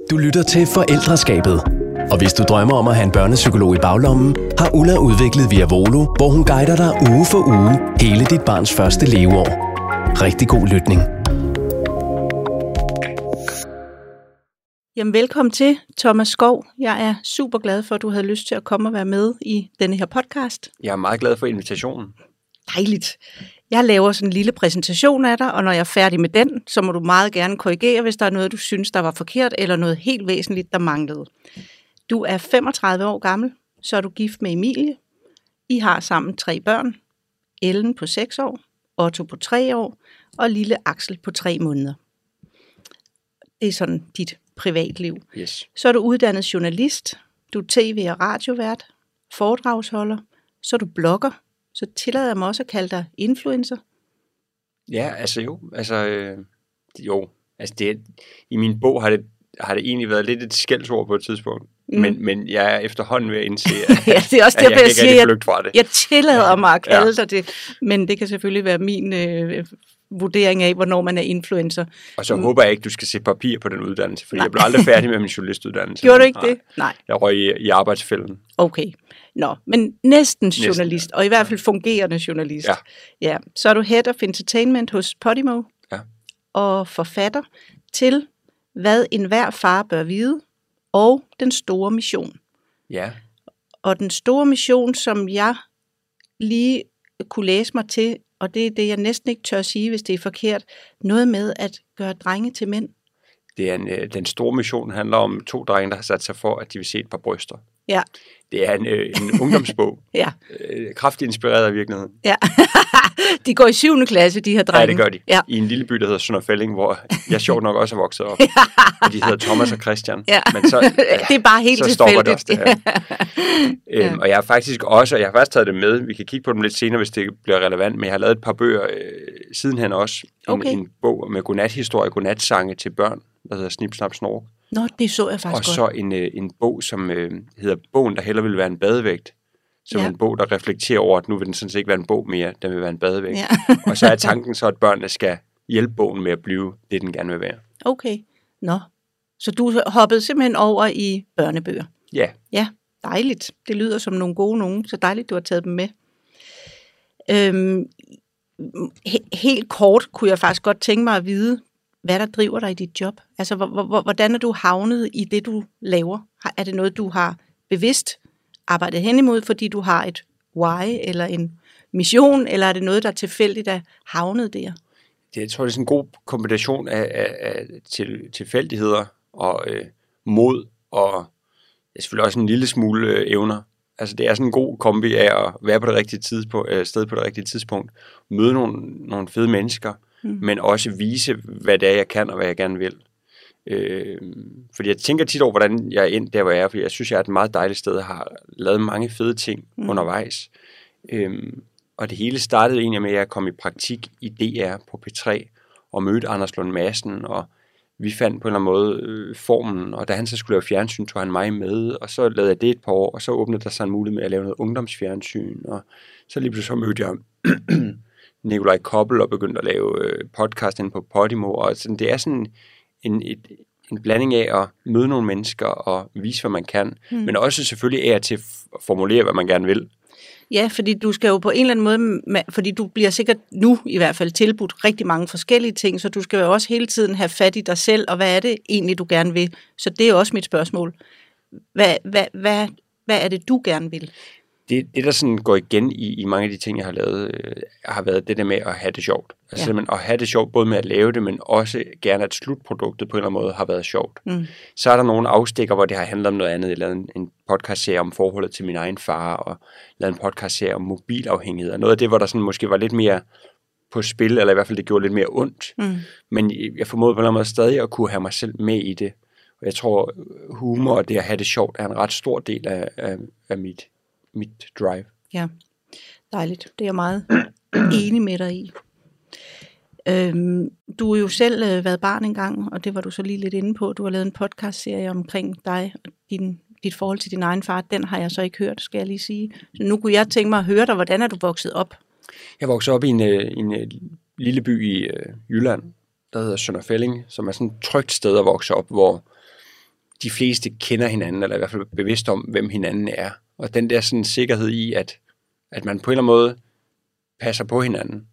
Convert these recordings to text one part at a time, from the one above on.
Du lytter til Forældreskabet. Og hvis du drømmer om at have en børnepsykolog i baglommen, har Ulla udviklet Via Volo, hvor hun guider dig uge for uge hele dit barns første leveår. Rigtig god lytning. Jamen, velkommen til, Thomas Skov. Jeg er super glad for, at du havde lyst til at komme og være med i denne her podcast. Jeg er meget glad for invitationen. Dejligt. Jeg laver sådan en lille præsentation af dig, og når jeg er færdig med den, så må du meget gerne korrigere, hvis der er noget, du synes, der var forkert, eller noget helt væsentligt, der manglede. Du er 35 år gammel, så er du gift med Emilie. I har sammen 3 børn. Ellen på 6 år, Otto på 3 år, og lille Axel på 3 måneder. Det er sådan dit privatliv. Yes. Så er du uddannet journalist, du er tv- og radiovært, foredragsholder, så er du blogger, så tillader jeg mig også at kalde dig influencer. Ja, altså jo. I min bog har det egentlig været lidt et skældsord på et tidspunkt. Men jeg er efterhånden ved at indse, at, ja, det er også at jeg kan ikke rigtig flygte fra det. Jeg tillader mig at kalde dig det, men det kan selvfølgelig være min vurdering af, hvornår man er influencer. Og så håber jeg ikke, du skal se papir på den uddannelse, fordi jeg blev aldrig færdig med min journalistuddannelse. Gjorde du ikke det? Nej. Jeg røg i arbejdsfælden. Okay. Men næsten journalist, og i hvert fald fungerende journalist. Ja. Så er du Head of Entertainment hos Podimo, og forfatter til Hvad enhver far bør vide, og Den store mission. Ja. Og Den store mission, som jeg lige kunne læse mig til, og det er det, jeg næsten ikke tør sige, hvis det er forkert, noget med at gøre drenge til mænd. Det er Den store mission handler om 2 drenge, der har sat sig for, at de vil se et par bryster. Ja. Det er en ungdomsbog. Ja. Kraftigt inspireret af virkeligheden. Ja. De går i 7. klasse, de her drenge. Ja, det gør de. Ja. I en lille by, der hedder Sønderfælling, hvor jeg sjovt nok også er vokset op. Og de hedder Thomas og Christian. Ja. Men så, det er bare helt så stopper det også det. Og jeg har faktisk taget det med. Vi kan kigge på dem lidt senere, hvis det bliver relevant. Men jeg har lavet et par bøger sidenhen også. En bog med godnathistorie, godnatsange til børn, der hedder Snip, Snap, Snork. Nå, det så jeg faktisk godt. Og så en bog, som hedder Bogen, der hellere vil være en badevægt. Som en bog, der reflekterer over, at nu vil den sådan set ikke være en bog mere, den vil være en badevægt. Ja. Og så er tanken så, at børnene skal hjælpe bogen med at blive det, den gerne vil være. Okay. Så du hoppede simpelthen over i børnebøger? Ja. Ja, dejligt. Det lyder som nogle gode nogen, så dejligt, du har taget dem med. Helt kort kunne jeg faktisk godt tænke mig at vide, hvad der driver dig i dit job. Altså, hvordan er du havnet i det, du laver? Er det noget, du har bevidst arbejdet hen imod, fordi du har et why eller en mission, eller er det noget, der tilfældigt er havnet der? Jeg tror, det er sådan en god kombination af tilfældigheder og mod, og selvfølgelig også en lille smule evner. Altså, det er sådan en god kombi af at være på det rigtige sted på det rigtige tidspunkt, møde nogle fede mennesker, men også vise, hvad det er, jeg kan og hvad jeg gerne vil. Fordi jeg tænker tit over, hvordan jeg er endt der, hvor jeg er, fordi jeg synes, jeg er et meget dejligt sted og har lavet mange fede ting undervejs. Og det hele startede egentlig med, at jeg kom i praktik i DR på P3 og mødte Anders Lund Madsen, og vi fandt på en eller anden måde formen, og da han så skulle lave fjernsyn, tog han mig med, og så lavede jeg det et par år, og så åbnede der sig en mulighed med at lave noget ungdomsfjernsyn, og så lige pludselig så mødte jeg Nikolaj Koppel og begyndte at lave podcast inde på Podimo, og sådan, det er sådan en blanding af at møde nogle mennesker og vise, hvad man kan, men også selvfølgelig af til at formulere, hvad man gerne vil. Ja, fordi du skal jo på en eller anden måde, fordi du bliver sikkert nu i hvert fald tilbudt rigtig mange forskellige ting, så du skal jo også hele tiden have fat i dig selv, og hvad er det egentlig, du gerne vil? Så det er også mit spørgsmål. Hvad er det, du gerne vil? Det der sådan går igen i mange af de ting, jeg har lavet, har været det der med at have det sjovt. Altså simpelthen at have det sjovt, både med at lave det, men også gerne, at slutproduktet på en eller anden måde har været sjovt. Så er der nogle afstikker, hvor det har handlet om noget andet. Jeg lavede en podcastserie om forholdet til min egen far, og lavede en podcastserie om mobilafhængighed. Og noget af det, hvor der sådan måske var lidt mere på spil, eller i hvert fald det gjorde lidt mere ondt. Men jeg formåede på en eller anden måde stadig at kunne have mig selv med i det. Og jeg tror, humor og det at have det sjovt er en ret stor del af mit drive. Ja, dejligt. Det er jeg meget enig med dig i. Du har jo selv været barn engang, og det var du så lige lidt inde på. Du har lavet en podcastserie omkring dig og dit forhold til din egen far. Den har jeg så ikke hørt, skal jeg lige sige. Så nu kunne jeg tænke mig at høre dig, hvordan er du vokset op? Jeg voksede op i en lille by i Jylland, der hedder Sønderfælling, som er sådan et trygt sted at vokse op, hvor de fleste kender hinanden, eller i hvert fald er bevidst om, hvem hinanden er. Og den der sådan sikkerhed i, at man på en eller anden måde passer på hinanden,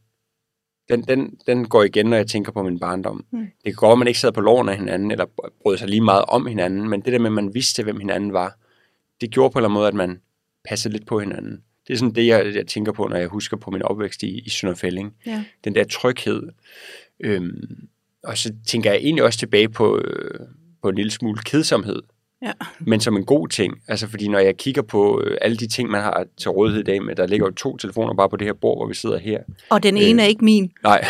den går igen, når jeg tænker på min barndom. Det kan godt, at man ikke sad på loven af hinanden, eller brød sig lige meget om hinanden, men det der med, at man vidste, hvem hinanden var, det gjorde på en eller anden måde, at man passede lidt på hinanden. Det er sådan det, jeg tænker på, når jeg husker på min opvækst i Sønder Felding. Ja. Den der tryghed. Og så tænker jeg egentlig også tilbage på en lille smule kedsomhed. Ja. Men som en god ting. Altså fordi når jeg kigger på alle de ting, man har til rådighed i dag, med der ligger jo 2 telefoner bare på det her bord, hvor vi sidder her. Og den ene er ikke min. Nej.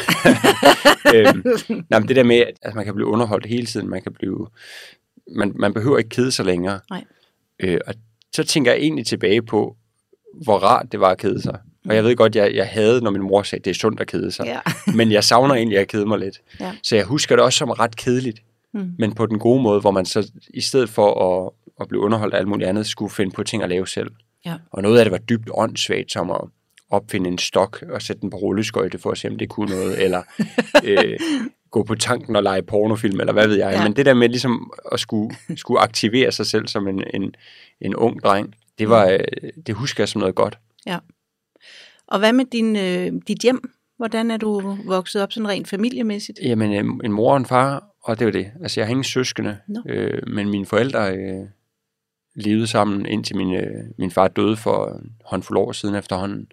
Nej, men det der med, at man kan blive underholdt hele tiden, man behøver ikke kede sig længere. Nej. Og så tænker jeg egentlig tilbage på, hvor rart det var at kede sig. Og jeg ved godt, jeg havde, når min mor sagde, at det er sundt at kede sig. Ja. Men jeg savner egentlig at kede mig lidt. Ja. Så jeg husker det også som ret kedeligt. Men på den gode måde, hvor man så i stedet for at blive underholdt af alt muligt andet, skulle finde på ting at lave selv. Ja. Og noget af det var dybt åndssvagt, som at opfinde en stok og sætte den på rulleskøjte for at se, om det kunne noget. Eller gå på tanken og lege pornofilm, eller hvad ved jeg. Ja. Men det der med ligesom at skulle aktivere sig selv som en ung dreng, det husker jeg som noget godt. Ja. Og hvad med dit hjem? Hvordan er du vokset op sådan rent familiemæssigt? Jamen, en mor og en far, og det var det. Altså, jeg har ingen søskende, men mine forældre levede sammen, indtil min far døde for en håndfuld år siden efterhånden,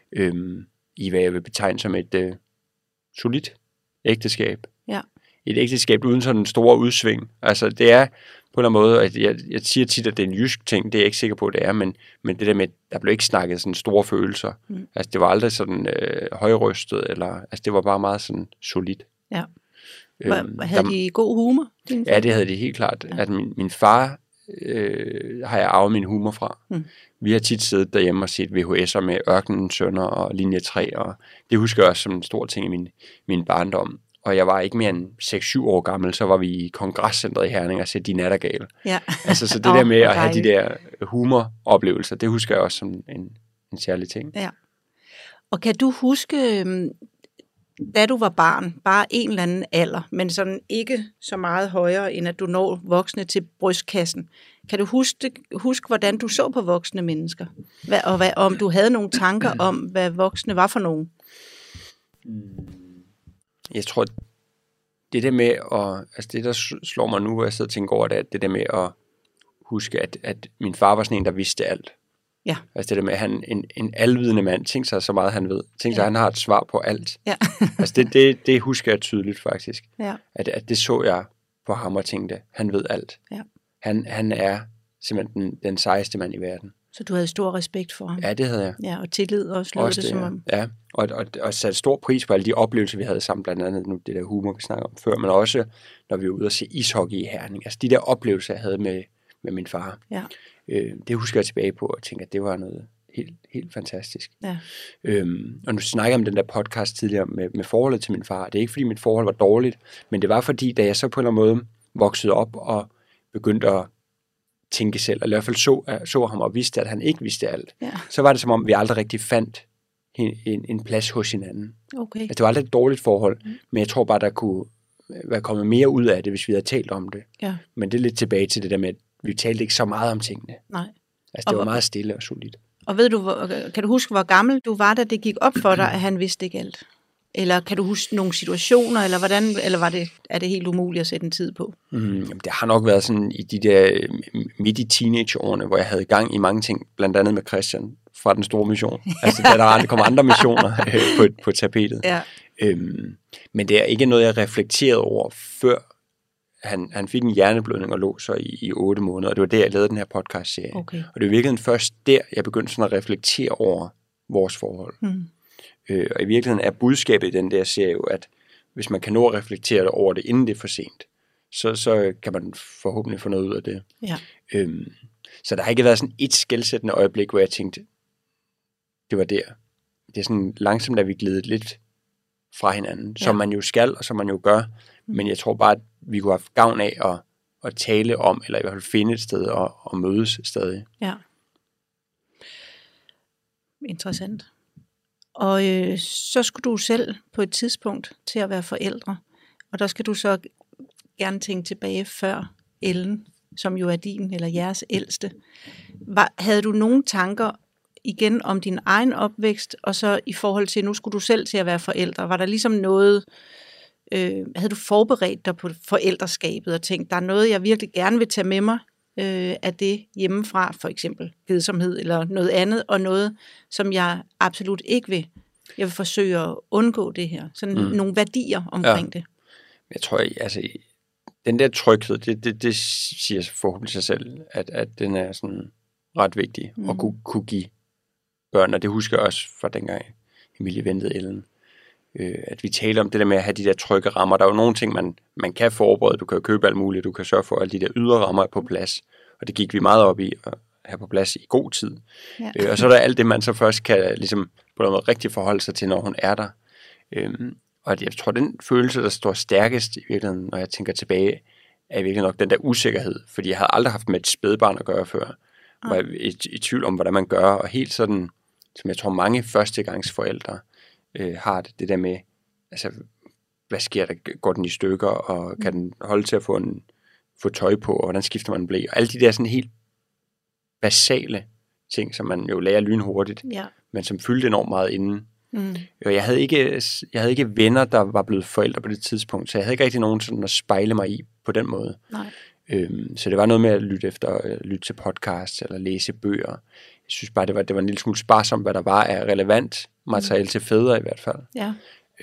i hvad jeg vil betegne som et solidt ægteskab. Ja. Et ægteskab uden sådan en stor udsving. Altså, det er på en eller anden måde, at jeg siger tit, at det er en jysk ting, det er jeg ikke sikker på, at det er, men det der med, der blev ikke snakket sådan store følelser. Altså, det var aldrig sådan højrystet, altså, det var bare meget sådan solidt. Ja. Havde de god humor? Ja, det havde de helt klart. Ja. At min far har jeg arvet min humor fra. Vi har tit siddet derhjemme og set VHS'er med Ørkenens Sønner og Linje 3, og det husker jeg også som en stor ting i min barndom. Og jeg var ikke mere end 6-7 år gammel, så var vi i Kongresscentret i Herning og set De Nattergale. Ja. Altså, så det der med at have de der humoroplevelser, det husker jeg også som en særlig ting. Ja. Og kan du huske, da du var barn, bare en eller anden alder, men sådan ikke så meget højere, end at du når voksne til brystkassen. Kan du huske hvordan du så på voksne mennesker? Om du havde nogle tanker om, hvad voksne var for nogen? Jeg tror, det der med altså det, der slår mig nu, hvor jeg sidder og tænker over det, det der med at huske, at min far var sådan en, der vidste alt. Ja. Altså det der med, at han en alvidende mand, tænk sig så meget, han ved. Tænk sig, at han har et svar på alt. Ja. Altså det husker jeg tydeligt faktisk. Ja. At det så jeg på ham og tænkte, han ved alt. Ja. Han er simpelthen den sejeste mand i verden. Så du havde stor respekt for ham? Ja, det havde jeg. Ja, og tillid også, lød det som om. Ja, og satte stor pris på alle de oplevelser, vi havde sammen, blandt andet nu det der humor, vi snakker om før, men også, når vi var ude og se ishockey i Herning. Altså de der oplevelser, jeg havde med min far. Ja. Det husker jeg tilbage på, og tænker, at det var noget helt fantastisk. Ja. Og nu snakker jeg om den der podcast tidligere med forholdet til min far. Det er ikke, fordi mit forhold var dårligt, men det var fordi, da jeg så på en eller anden måde voksede op og begyndte at tænke selv, eller i hvert fald så ham og vidste, at han ikke vidste alt, så var det som om, vi aldrig rigtig fandt en plads hos hinanden. Okay. Altså, det var aldrig et dårligt forhold, men jeg tror bare, der kunne være kommet mere ud af det, hvis vi havde talt om det. Ja. Men det er lidt tilbage til det der med, at vi talte ikke så meget om tingene. Nej. Altså, det var meget stille og solidt. Og kan du huske, hvor gammel du var, da det gik op for dig, at han vidste ikke alt? Eller kan du huske nogle situationer, eller er det helt umuligt at sætte en tid på? Det har nok været sådan i de der midt i teenageårene, hvor jeg havde gang i mange ting, blandt andet med Christian fra Den Store Mission. Altså, da der kom andre missioner på tapetet. Ja. Men det er ikke noget, jeg reflekterede over, før han fik en hjerneblødning og lå så i 8 måneder, og det var der, jeg lavede den her podcast-serie. Okay. Og det var virkelig først der, jeg begyndte sådan at reflektere over vores forhold. Og i virkeligheden er budskabet i den der serie jo, at hvis man kan nå at reflektere over det, inden det er for sent, så kan man forhåbentlig få noget ud af det. Ja. Så der har ikke været sådan et skelsættende øjeblik, hvor jeg tænkte, det var der. Det er sådan langsomt, at vi glidet lidt fra hinanden, som man jo skal, og som man jo gør. Men jeg tror bare, at vi kunne have gavn af at tale om, eller i hvert fald finde et sted og mødes stadig. Ja. Interessant. Og så skulle du selv på et tidspunkt til at være forældre, og der skal du så gerne tænke tilbage før Ellen som jo er din eller jeres ældste. Havde du nogle tanker igen om din egen opvækst, og så i forhold til, nu skulle du selv til at være forældre? Var der ligesom noget, havde du forberedt dig på forældreskabet og tænkt, der er noget, jeg virkelig gerne vil tage med mig af det hjemmefra, for eksempel kedsomhed eller noget andet, og noget, som jeg absolut ikke vil. Jeg vil forsøge at undgå det her. Sådan nogle værdier omkring det. Jeg tror, altså, den der tryghed, det siger forhåbentlig sig selv, at den er sådan ret vigtig at kunne give børn, og det husker jeg også fra dengang Emilie ventede Ellen. At vi taler om det der med at have de der trygge rammer. Der er jo nogle ting, man kan forberede. Du kan jo købe alt muligt. Du kan sørge for, at alle de der ydre rammer er på plads. Og det gik vi meget op i at have på plads i god tid. Ja. Og så er der alt det, man så først kan ligesom på noget rigtig forholde sig til, når hun er der. Og jeg tror, den følelse, der står stærkest i virkeligheden, når jeg tænker tilbage, er virkelig nok den der usikkerhed. Fordi jeg havde aldrig haft med et spædbarn at gøre før. Var jeg i tvivl om, hvordan man gør. Og helt sådan, som jeg tror mange førstegangsforældre har det der med, altså, hvad sker der? Går den i stykker, og kan den holde til at få tøj på, og hvordan skifter man blæ? Og alle de der sådan helt basale ting, som man jo lærer lynhurtigt, men som fyldte enormt meget inden. Og jeg havde ikke venner, der var blevet forældre på det tidspunkt, så jeg havde ikke rigtig nogen sådan at spejle mig i på den måde. Nej. Så det var noget med at lytte til podcasts eller læse bøger. Jeg synes bare, det var en lille smule sparsomt, hvad der var af relevant materiale til fædre i hvert fald. Ja.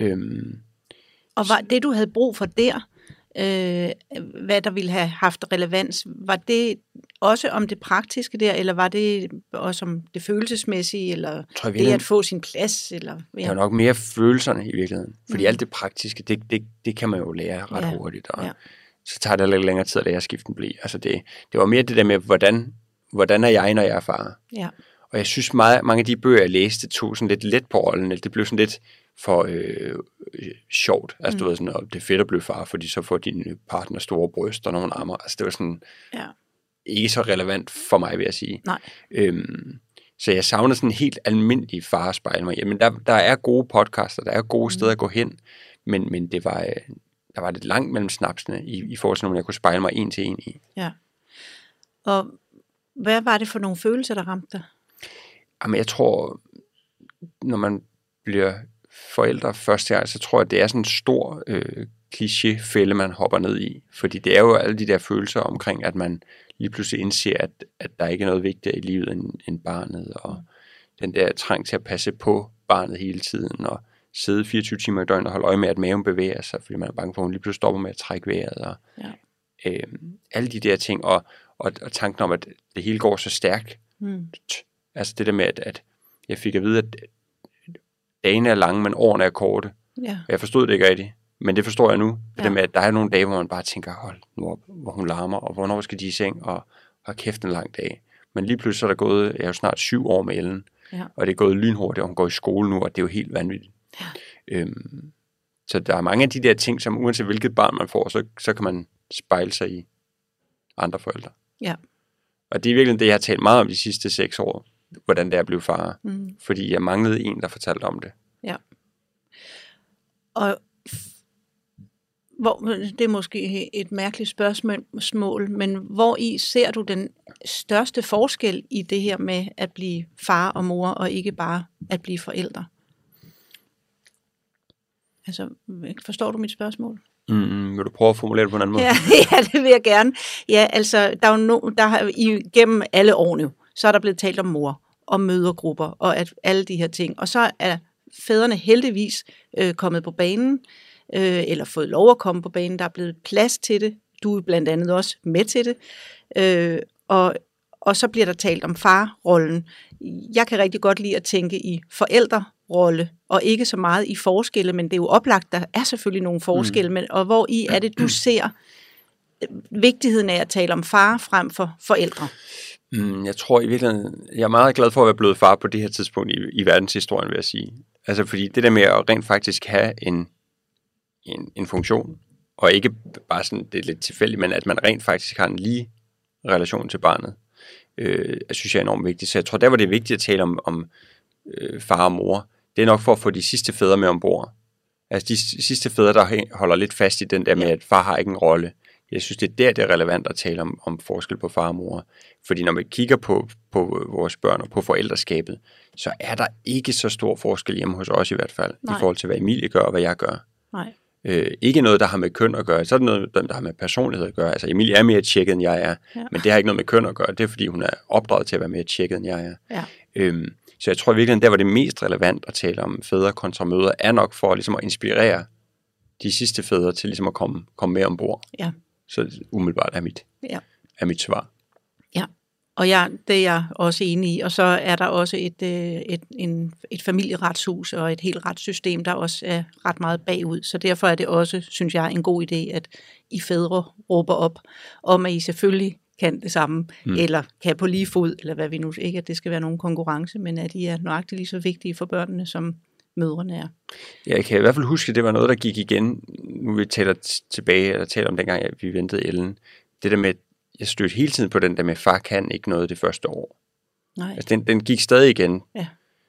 Og var det, du havde brug for der, hvad der ville have haft relevans, var det også om det praktiske der, eller var det også om det følelsesmæssige, eller det at få sin plads? Eller, ja. Det var nok mere følelserne i virkeligheden, fordi alt det praktiske, det kan man jo lære ret hurtigt, og så tager det lidt længere tid at lære at skifte en ble. Altså det var mere det der med, hvordan er jeg, når jeg er far? Ja. Og jeg synes mange af de bøger, jeg læste, tog sådan lidt let på rollen. Det blev sådan lidt for sjovt. Altså du ved sådan, det er fedt at blive far, fordi så får din partner store bryster og nogle armer. Altså det var sådan ikke så relevant for mig, vil jeg sige. Nej. Så jeg savner sådan en helt almindelig farspejl mig. Jamen der er gode podcaster, der er gode steder at gå hen, men det var... Der var lidt langt mellem snapsene i forhold til, når jeg kunne spejle mig en til en i. Ja. Og hvad var det for nogle følelser, der ramte dig? Jamen, jeg tror, når man bliver forældre første gang, så tror jeg, at det er sådan en stor klichéfælde, man hopper ned i. Fordi det er jo alle de der følelser omkring, at man lige pludselig indser, at der ikke er noget vigtigere i livet end barnet. Og den der trang til at passe på barnet hele tiden, og sidde 24 timer i døgnet og holde øje med, at maven bevæger sig, fordi man er bange for, at hun lige pludselig stopper med at trække vejret. Og, alle de der ting, og tanken om, at det hele går så stærkt. Altså det der med, at jeg fik at vide, at dagene er lange, men årene er korte. Ja. Jeg forstod det ikke rigtigt, men det forstår jeg nu. Det der med, at der er nogle dage, hvor man bare tænker, hold nu op, hvor hun larmer, og hvornår skal de i seng, og har kæft en lang dag. Men lige pludselig er der gået, jeg er jo snart 7 år med Ellen, og det er gået lynhurtigt, og hun går i skole nu, og det er jo helt vanvittigt. Ja. Så der er mange af de der ting, som uanset hvilket barn man får, så kan man spejle sig i andre forældre. Ja. Og det er virkelig det, jeg har talt meget om de sidste 6 år, hvordan det er at blive far. Fordi jeg manglede en, der fortalte om det. Ja. Og det er måske et mærkeligt spørgsmål, men hvor i ser du den største forskel i det her med at blive far og mor, og ikke bare at blive forældre? Altså, forstår du mit spørgsmål? Vil du prøve at formulere det på en anden måde? Ja, det vil jeg gerne. Ja, altså, der har igennem alle år nu, så er der blevet talt om mor, og mødergrupper, og alle de her ting. Og så er fædrene heldigvis kommet på banen, eller fået lov at komme på banen. Der er blevet plads til det. Du er blandt andet også med til det. Og så bliver der talt om farrollen. Jeg kan rigtig godt lide at tænke i forældrerolle, og ikke så meget i forskelle, men det er jo oplagt, der er selvfølgelig nogle forskelle, men, og hvor i er det, du ser vigtigheden af at tale om far frem for forældre? Jeg tror i virkeligheden, jeg er meget glad for at være blevet far på det her tidspunkt i verdenshistorien, vil jeg sige. Altså fordi det der med at rent faktisk have en funktion, og ikke bare sådan, det er lidt tilfældigt, men at man rent faktisk har en lige relation til barnet, synes jeg er enormt vigtigt. Så jeg tror, der var det vigtigt at tale om far og mor. Det er nok for at få de sidste fædre med ombord. Altså de sidste fædre, der holder lidt fast i den der med, at far har ikke en rolle. Jeg synes, det er relevant at tale om forskel på far og mor. Fordi når man kigger på vores børn og på forældreskabet, så er der ikke så stor forskel hjemme hos os i hvert fald, i forhold til, hvad Emilie gør og hvad jeg gør. Nej. Ikke noget, der har med køn at gøre, så er det noget, der har med personlighed at gøre. Altså Emilie er mere tjekket, end jeg er, men det har ikke noget med køn at gøre. Det er, fordi hun er opdraget til at være mere tjekket, end jeg er. Ja. Så jeg tror virkelig, der var det mest relevant at tale om fædre kontra mødre, er nok for ligesom at inspirere de sidste fædre til ligesom at komme med ombord. Ja. Så umiddelbart er mit svar. Ja, og det er jeg også enig i. Og så er der også et familieretshus og et helt retssystem, der også er ret meget bagud. Så derfor er det også, synes jeg, en god idé, at I fædre råber op om, at I selvfølgelig kan det samme, eller kan på lige fod, eller hvad vi nu, ikke at det skal være nogen konkurrence, men at I er nøjagtigt lige så vigtige for børnene, som mødrene er. Ja, jeg kan i hvert fald huske, at det var noget, der gik igen, nu vi taler om dengang, at vi ventede Ellen. Det der med, jeg stødte hele tiden på den der med, far kan ikke noget det første år. Nej. Altså, den gik stadig igen. Ja.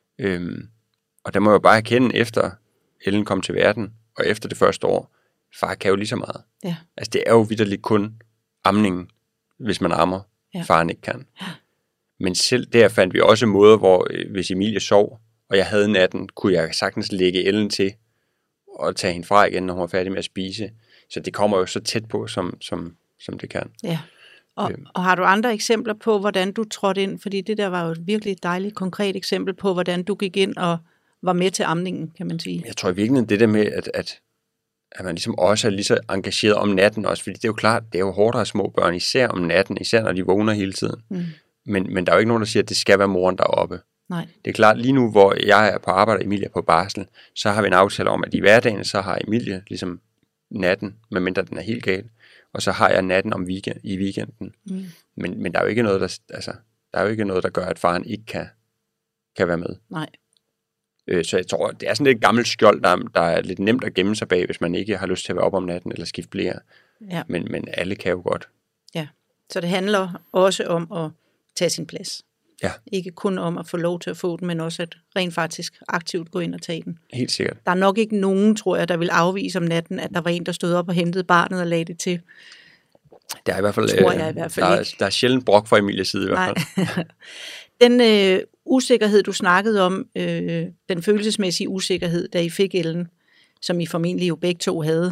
Og der må jeg bare erkende, efter Ellen kom til verden, og efter det første år, far kan jo lige så meget. Ja. Altså, det er jo vitterligt kun amningen, hvis man ammer, faren ikke kan. Ja. Men selv der fandt vi også måder, hvor hvis Emilie sov, og jeg havde natten, kunne jeg sagtens lægge Ellen til, og tage hende fra igen, når hun var færdig med at spise. Så det kommer jo så tæt på, som det kan. Ja. Og har du andre eksempler på, hvordan du trådte ind? Fordi det der var jo et virkelig dejligt, konkret eksempel på, hvordan du gik ind og var med til amningen, kan man sige. Jeg tror virkelig, det der med, at man ligesom også er lige så engageret om natten også, fordi det er jo klart, det er jo hårdt at have små børn, især om natten, især når de vågner hele tiden. Men der er jo ikke nogen, der siger, at det skal være moren deroppe. Nej. Det er klart, lige nu, hvor jeg er på arbejde, og Emilie er på barsel, så har vi en aftale om, at i hverdagen, så har Emilie ligesom natten, medmindre den er helt gal, og så har jeg natten i weekenden. Men der er jo ikke noget, der gør, at faren ikke kan være med. Nej. Så jeg tror, det er sådan et gammelt skjold, der er lidt nemt at gemme sig bag, hvis man ikke har lyst til at være op om natten eller skifte blære. Ja. Men alle kan jo godt. Ja, så det handler også om at tage sin plads. Ja. Ikke kun om at få lov til at få den, men også at rent faktisk aktivt gå ind og tage den. Helt sikkert. Der er nok ikke nogen, tror jeg, der vil afvise om natten, at der var en, der stod op og hentede barnet og lagde det til. Det er i hvert fald, der er sjældent brok fra Emilies side i hvert fald. Den usikkerhed, du snakkede om, den følelsesmæssige usikkerhed, da I fik Ellen, som I formentlig jo begge to havde.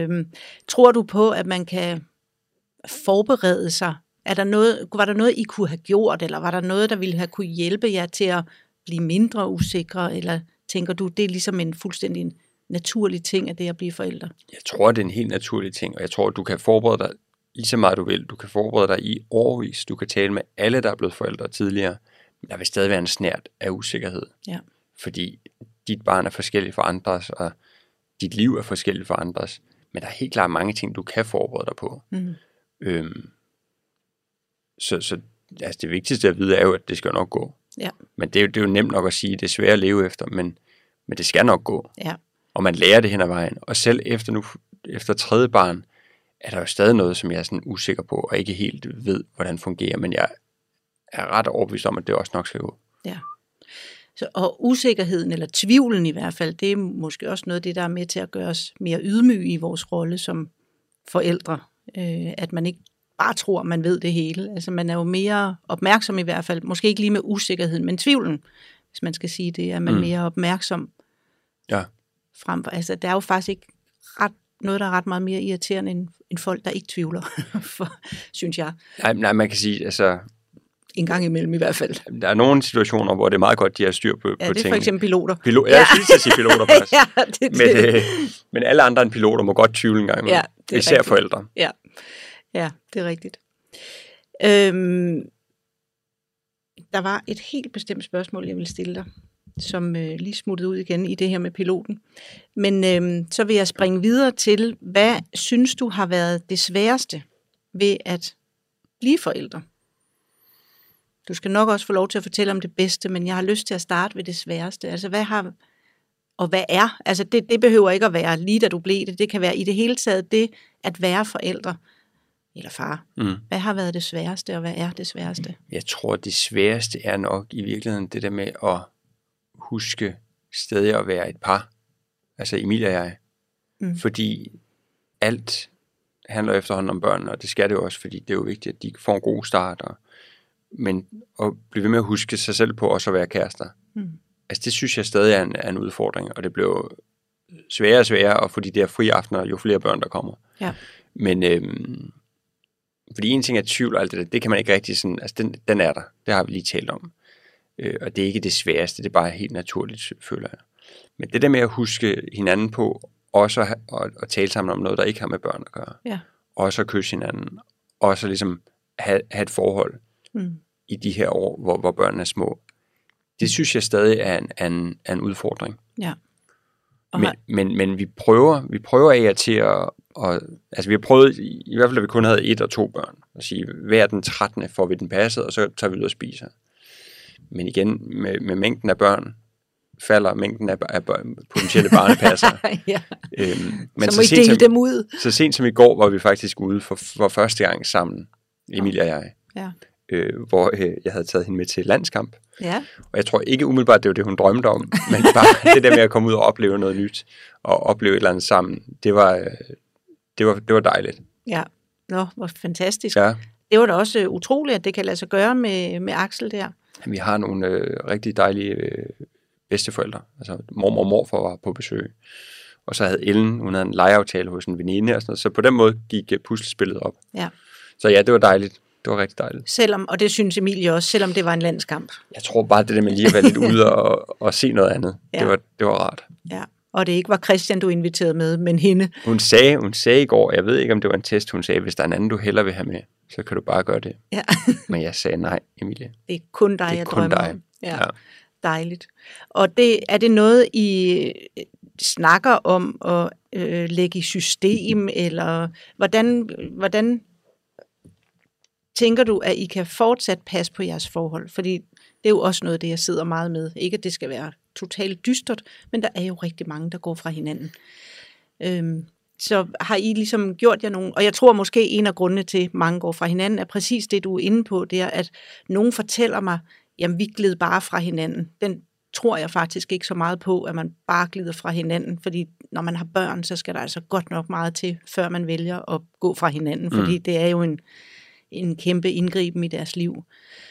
Tror du på, at man kan forberede sig? Var der noget, I kunne have gjort, eller var der noget, der ville have kunne hjælpe jer til at blive mindre usikre, eller tænker du, det er ligesom en fuldstændig naturlig ting, at det at blive forældre? Jeg tror, det er en helt naturlig ting, og jeg tror, du kan forberede dig lige så meget du vil. Du kan forberede dig i årevis. Du kan tale med alle, der er blevet forældre tidligere, men der vil stadig være en snert af usikkerhed. Ja. Fordi dit barn er forskelligt for andres, og dit liv er forskelligt for andres, men der er helt klart mange ting, du kan forberede dig på. Så altså det vigtigste at vide er jo, at det skal nok gå. Ja. Men det er jo nemt nok at sige, det er svært at leve efter, men det skal nok gå. Ja. Og man lærer det hen ad vejen. Og selv efter tredje barn, er der jo stadig noget, som jeg er sådan usikker på, og ikke helt ved, hvordan det fungerer. Men jeg er ret overbevist om, at det også nok skal gå. Ja. Og usikkerheden, eller tvivlen i hvert fald, det er måske også noget af det, der er med til at gøre os mere ydmyge i vores rolle som forældre. At man ikke bare tror, man ved det hele. Altså man er jo mere opmærksom i hvert fald, måske ikke lige med usikkerheden, men tvivlen, hvis man skal sige det, er man mere opmærksom. Ja. Frem for, altså der er jo faktisk ikke noget, der er ret meget mere irriterende end folk, der ikke tvivler, synes jeg. Nej, man kan sige, altså en gang imellem i hvert fald. Der er nogle situationer, hvor det er meget godt, de har styr på tingene. Det er for eksempel piloter. Jeg synes at sige piloter faktisk. Men alle andre end piloter må godt tvivle en gang imellem. Ja, især rigtigt. Forældre. Ja, det er rigtigt. Der var et helt bestemt spørgsmål, jeg ville stille dig, som lige smuttede ud igen i det her med piloten. Men så vil jeg springe videre til, hvad synes du har været det sværeste ved at blive forældre? Du skal nok også få lov til at fortælle om det bedste, men jeg har lyst til at starte ved det sværeste. Altså hvad er? Altså det behøver ikke at være lige da du blev det. Det kan være i det hele taget det at være forældre eller far. Hvad har været det sværeste, og hvad er det sværeste? Jeg tror, det sværeste er nok i virkeligheden det der med at huske stadig at være et par. Altså Emilie og jeg. Fordi alt handler efterhånden om børnene, og det skal det jo også, fordi det er jo vigtigt, at de får en god start, men at blive ved med at huske sig selv på også at være kærester. Altså det synes jeg stadig er en udfordring, og det bliver sværere og sværere at få de der frie aftener, jo flere børn der kommer. Ja. Men fordi en ting er tvivl og alt det der, det kan man ikke rigtig sådan, altså den er der, det har vi lige talt om. Og det er ikke det sværeste, det er bare helt naturligt, føler jeg. Men det der med at huske hinanden på, også at tale sammen om noget, der ikke har med børn at gøre. Ja. Også at kysse hinanden. Også ligesom have et forhold i de her år, hvor børnene er små. Det synes jeg stadig er en udfordring. Ja. Men vi prøver af og til at altså vi har prøvet, i hvert fald at vi kun havde 1 og 2 børn, at sige, hver den 13. får vi den passet, og så tager vi ud og spiser. Men igen, med mængden af børn, falder mængden af potentielle barnepasser. Ja. Men så må I dele dem ud. Så sent som i går var vi faktisk ude for første gang sammen, Emilie og jeg. Ja. Hvor jeg havde taget hende med til landskamp. Ja. Og jeg tror ikke umiddelbart, det var det, hun drømte om, men bare det der med at komme ud og opleve noget nyt, og opleve et eller andet sammen, det var dejligt. Ja, hvor fantastisk. Ja. Det var da også utroligt, at det kan lade sig gøre med Axel der. Vi har nogle rigtig dejlige bedsteforældre. Altså mormor og morfar var på besøg. Og så havde Ellen, hun havde en legeaftale hos en veninde og sådan noget. Så på den måde gik puslespillet op. Ja. Så ja, det var dejligt. Det var rigtig dejligt. Selvom, og det synes Emilie også, selvom det var en landskamp. Jeg tror bare, det der med lige at være lidt ude og se noget andet, ja. det var rart. Ja, og det ikke var Christian, du inviterede med, men hende. Hun sagde i går, jeg ved ikke, om det var en test, hun sagde, hvis der er en anden, du hellere vil have med, så kan du bare gøre det. Ja. Men jeg sagde nej, Emilie. Det er kun dig, jeg drømmer om. Ja. Dejligt. Og er det noget, I snakker om at lægge i system, eller hvordan tænker du, at I kan fortsat passe på jeres forhold? Fordi det er jo også noget, det jeg sidder meget med. Ikke, at det skal være totalt dystert, men der er jo rigtig mange, der går fra hinanden. Så har I ligesom gjort jer nogle, og jeg tror måske en af grundene til, at mange går fra hinanden, er præcis det, du er inde på, det er, at nogen fortæller mig, jamen vi gled bare fra hinanden. Den tror jeg faktisk ikke så meget på, at man bare glider fra hinanden, fordi når man har børn, så skal der altså godt nok meget til, før man vælger at gå fra hinanden, fordi det er jo en kæmpe indgriben i deres liv.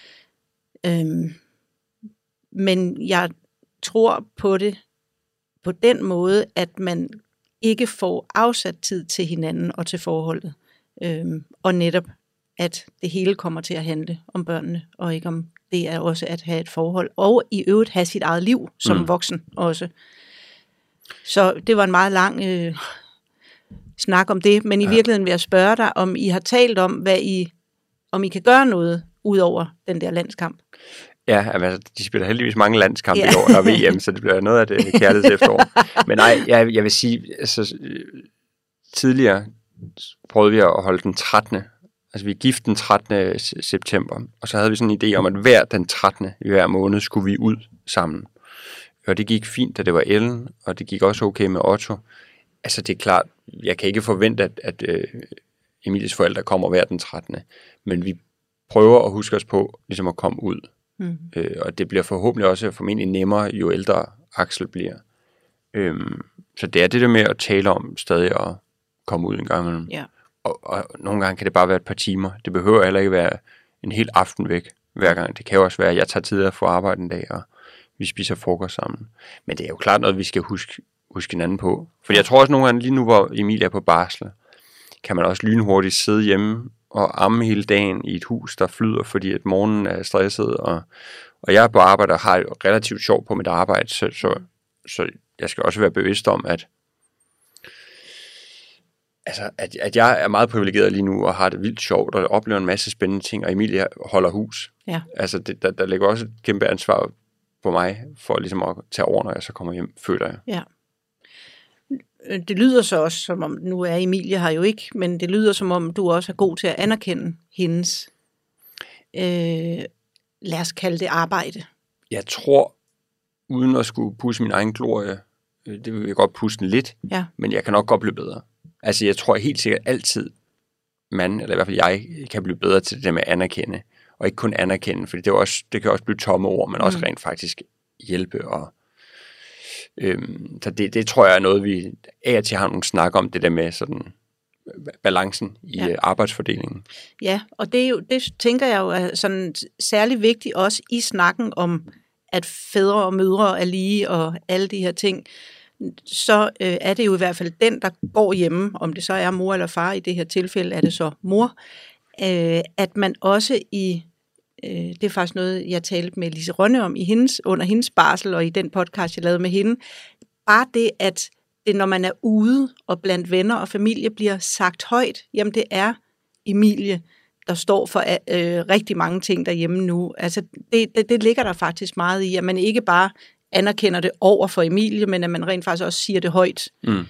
Men jeg tror på det på den måde, at man ikke får afsat tid til hinanden og til forholdet. Og netop, at det hele kommer til at handle om børnene, og ikke om det er også at have et forhold, og i øvrigt have sit eget liv som voksen også. Så det var en meget lang snak om det, men i virkeligheden vil jeg spørge dig, om I har talt om, om I kan gøre noget ud over den der landskamp. Ja, altså, de spiller heldigvis mange landskampe i år, og VM, så det bliver noget af det kærlighed efterår. Men nej, jeg vil sige, altså, tidligere prøvede vi at holde den 13. Altså vi gift den 13. september, og så havde vi sådan en idé om, at hver den 13. i hver måned skulle vi ud sammen. Og det gik fint, da det var Ellen, og det gik også okay med Otto. Altså det er klart, jeg kan ikke forvente, at Emilies forældre kommer hver den 13. Men vi prøver at huske os på ligesom at komme ud. Og det bliver forhåbentlig også formentlig nemmere, jo ældre Axel bliver. Så det er det der med at tale om stadig at komme ud en gang imellem. Ja. Og nogle gange kan det bare være et par timer. Det behøver heller ikke være en hel aften væk hver gang. Det kan jo også være, at jeg tager tid at få arbejde en dag, og vi spiser frokost sammen. Men det er jo klart noget, vi skal huske hinanden på. For jeg tror også nogle gange, lige nu hvor Emilie er på barsel, kan man også lynhurtigt sidde hjemme og amme hele dagen i et hus, der flyder, fordi at morgenen er stresset, og jeg er på arbejde og har et relativt sjovt på mit arbejde, så jeg skal også være bevidst om, at jeg er meget privilegeret lige nu, og har det vildt sjovt, og oplever en masse spændende ting, og Emilie holder hus. Ja. Altså, der ligger også et kæmpe ansvar på mig, for ligesom at tage over, når jeg så kommer hjem, føler jeg. Ja. Det lyder så også, som om, nu er Emilie her jo ikke, men det lyder som om, du også er god til at anerkende hendes, lad os kalde det arbejde. Jeg tror, uden at skulle pusse min egen glorie, det vil jeg godt pusse den lidt, men jeg kan nok godt blive bedre. Altså jeg tror helt sikkert altid, eller i hvert fald jeg, kan blive bedre til det der med at anerkende, og ikke kun anerkende, for det kan også blive tomme ord, men også rent faktisk hjælpe. Og så det tror jeg er noget, vi af og til har nogle snak om, det der med sådan, balancen i arbejdsfordelingen. Ja, og det tænker jeg jo er sådan særlig vigtigt også i snakken om, at fædre og mødre er lige og alle de her ting. Så er det jo i hvert fald den, der går hjemme, om det så er mor eller far, i det her tilfælde er det så mor, at man også det er faktisk noget, jeg talte med Lise Rønne om under hendes barsel og i den podcast, jeg lavede med hende. Bare det, at det, når man er ude og blandt venner og familie bliver sagt højt, jamen det er Emilie, der står for rigtig mange ting derhjemme nu. Altså det ligger der faktisk meget i, at man ikke bare anerkender det over for Emilie, men at man rent faktisk også siger det højt.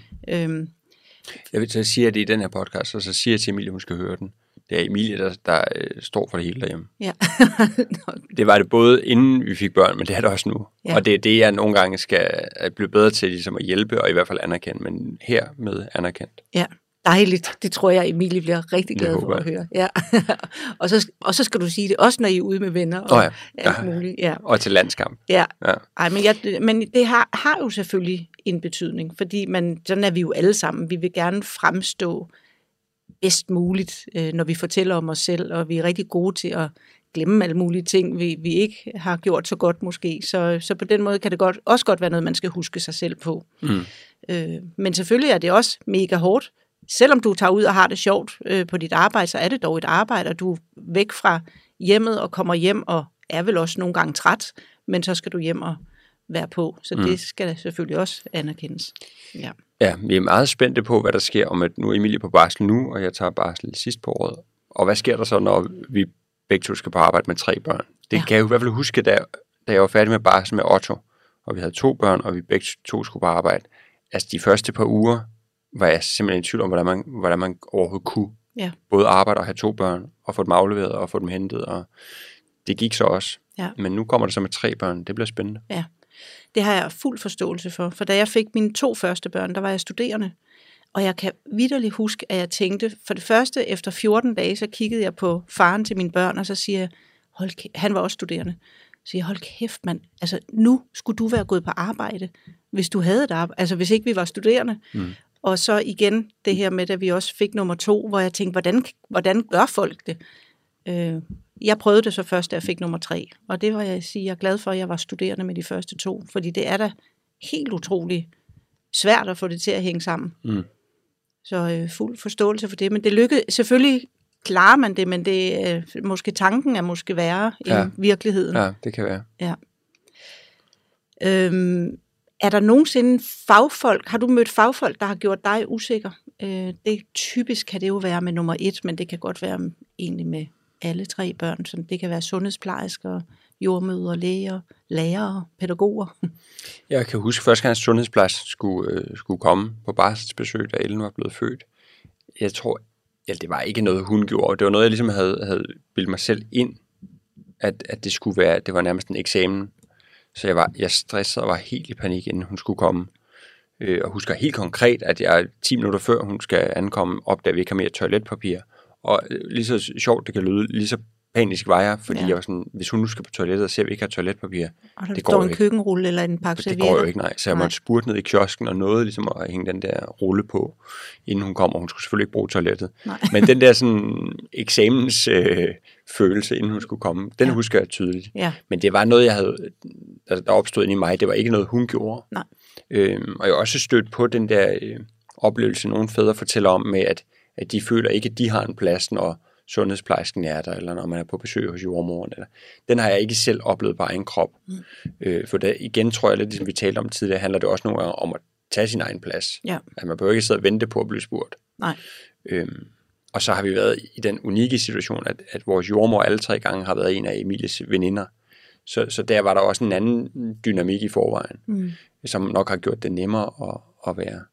Jeg vil så sige det i den her podcast, og så siger jeg til Emilie, hun skal høre den. Det er Emilie, der står for det hele derhjemme. Ja. Det var det både inden vi fik børn, men det er det også nu. Ja. Og det er det, jeg nogle gange skal blive bedre til ligesom at hjælpe, og i hvert fald anerkende, men her med anerkendt. Ja, dejligt. Det tror jeg, Emilie bliver rigtig glad for at høre. Ja. og så skal du sige det også, når I er ude med venner og alt muligt. Ja. Og til landskamp. Ja. Ej, men det har jo selvfølgelig en betydning, fordi sådan er vi jo alle sammen. Vi vil gerne fremstå bedst muligt, når vi fortæller om os selv, og vi er rigtig gode til at glemme alle mulige ting, vi ikke har gjort så godt måske. Så på den måde kan det også godt være noget, man skal huske sig selv på. Men selvfølgelig er det også mega hårdt. Selvom du tager ud og har det sjovt på dit arbejde, så er det dog et arbejde, og du er væk fra hjemmet og kommer hjem og er vel også nogle gange træt, men så skal du hjem og være på. Så det skal selvfølgelig også anerkendes. Ja. Ja, vi er meget spændte på, hvad der sker om, at nu er Emilie på barsel nu, og jeg tager barsel sidst på året. Og hvad sker der så, når vi begge to skal på arbejde med 3 børn? Det kan jeg i hvert fald huske, da jeg var færdig med barsel med Otto, og vi havde 2 børn, og vi begge to skulle på arbejde. Altså de første par uger var jeg simpelthen i tvivl om, hvordan man overhovedet kunne både arbejde og have 2 børn, og få dem afleveret og få dem hentet. Og det gik så også. Ja. Men nu kommer det så med 3 børn. Det bliver spændende. Ja. Det har jeg fuld forståelse for da jeg fik mine 2 første børn, der var jeg studerende, og jeg kan vitterligt huske, at jeg tænkte, for det første, efter 14 dage, så kiggede jeg på faren til mine børn, og så siger jeg, han var også studerende, så jeg, hold kæft mand, altså nu skulle du være gået på arbejde, hvis du havde et arbejde, altså hvis ikke vi var studerende. Og så igen det her med, at vi også fik nummer 2, hvor jeg tænkte, hvordan gør folk det? Jeg prøvede det så først, da jeg fik nummer 3, og det var jeg er glad for, at jeg var studerende med de første 2, fordi det er da helt utroligt svært at få det til at hænge sammen. Så fuld forståelse for det, men det lykkedes, selvfølgelig klarer man det, men det måske tanken er måske værre end virkeligheden. Ja, det kan være. Ja. Er der nogensinde fagfolk, har du mødt fagfolk, der har gjort dig usikker? Det typisk kan det jo være med nummer 1, men det kan godt være egentlig med alle 3 børn, som det kan være sundhedsplejersker, jordmødre, læger, lærere, pædagoger. Jeg kan huske, første gang sundhedsplejerske skulle komme på barselsbesøg, da Ellen var blevet født. Jeg tror, det var ikke noget, hun gjorde. Det var noget, jeg ligesom havde bildt mig selv ind, at det skulle være, det var nærmest en eksamen. Så jeg stressede og var helt i panik, inden hun skulle komme. Og husker helt konkret, at jeg 10 minutter før hun skal ankomme, opdager, at vi ikke har mere toiletpapir. Og lige så sjovt det kan lyde, lige så panisk var jeg, fordi jeg var sådan, hvis hun nu skal på toilettet og ser, at vi ikke har toiletpapir, og der står en køkkenrulle eller en pakke servietter. Det går jo ikke, nej. Så jeg måtte spurte ned i kiosken og nåede ligesom at hænge den der rulle på, inden hun kom, og hun skulle selvfølgelig ikke bruge toilettet. Men den der sådan eksamens følelse, inden hun skulle komme, den husker jeg tydeligt. Ja. Men det var noget, der opstod inde i mig. Det var ikke noget, hun gjorde. Nej. Og jeg har også stødt på den der oplevelse, nogle fædre fortæller om, med at de føler ikke, at de har en plads, når sundhedsplejersken er der, eller når man er på besøg hos jordmoren. Eller. Den har jeg ikke selv oplevet på egen krop. For det, igen tror jeg lidt, ligesom vi talte om tidligere, handler det også nogle gange om at tage sin egen plads. Ja. At man behøver ikke sidde og vente på at blive spurgt. Nej. Og så har vi været i den unikke situation, at vores jordmor alle 3 gange har været en af Emilies veninder. Så der var der også en anden dynamik i forvejen, som nok har gjort det nemmere at være.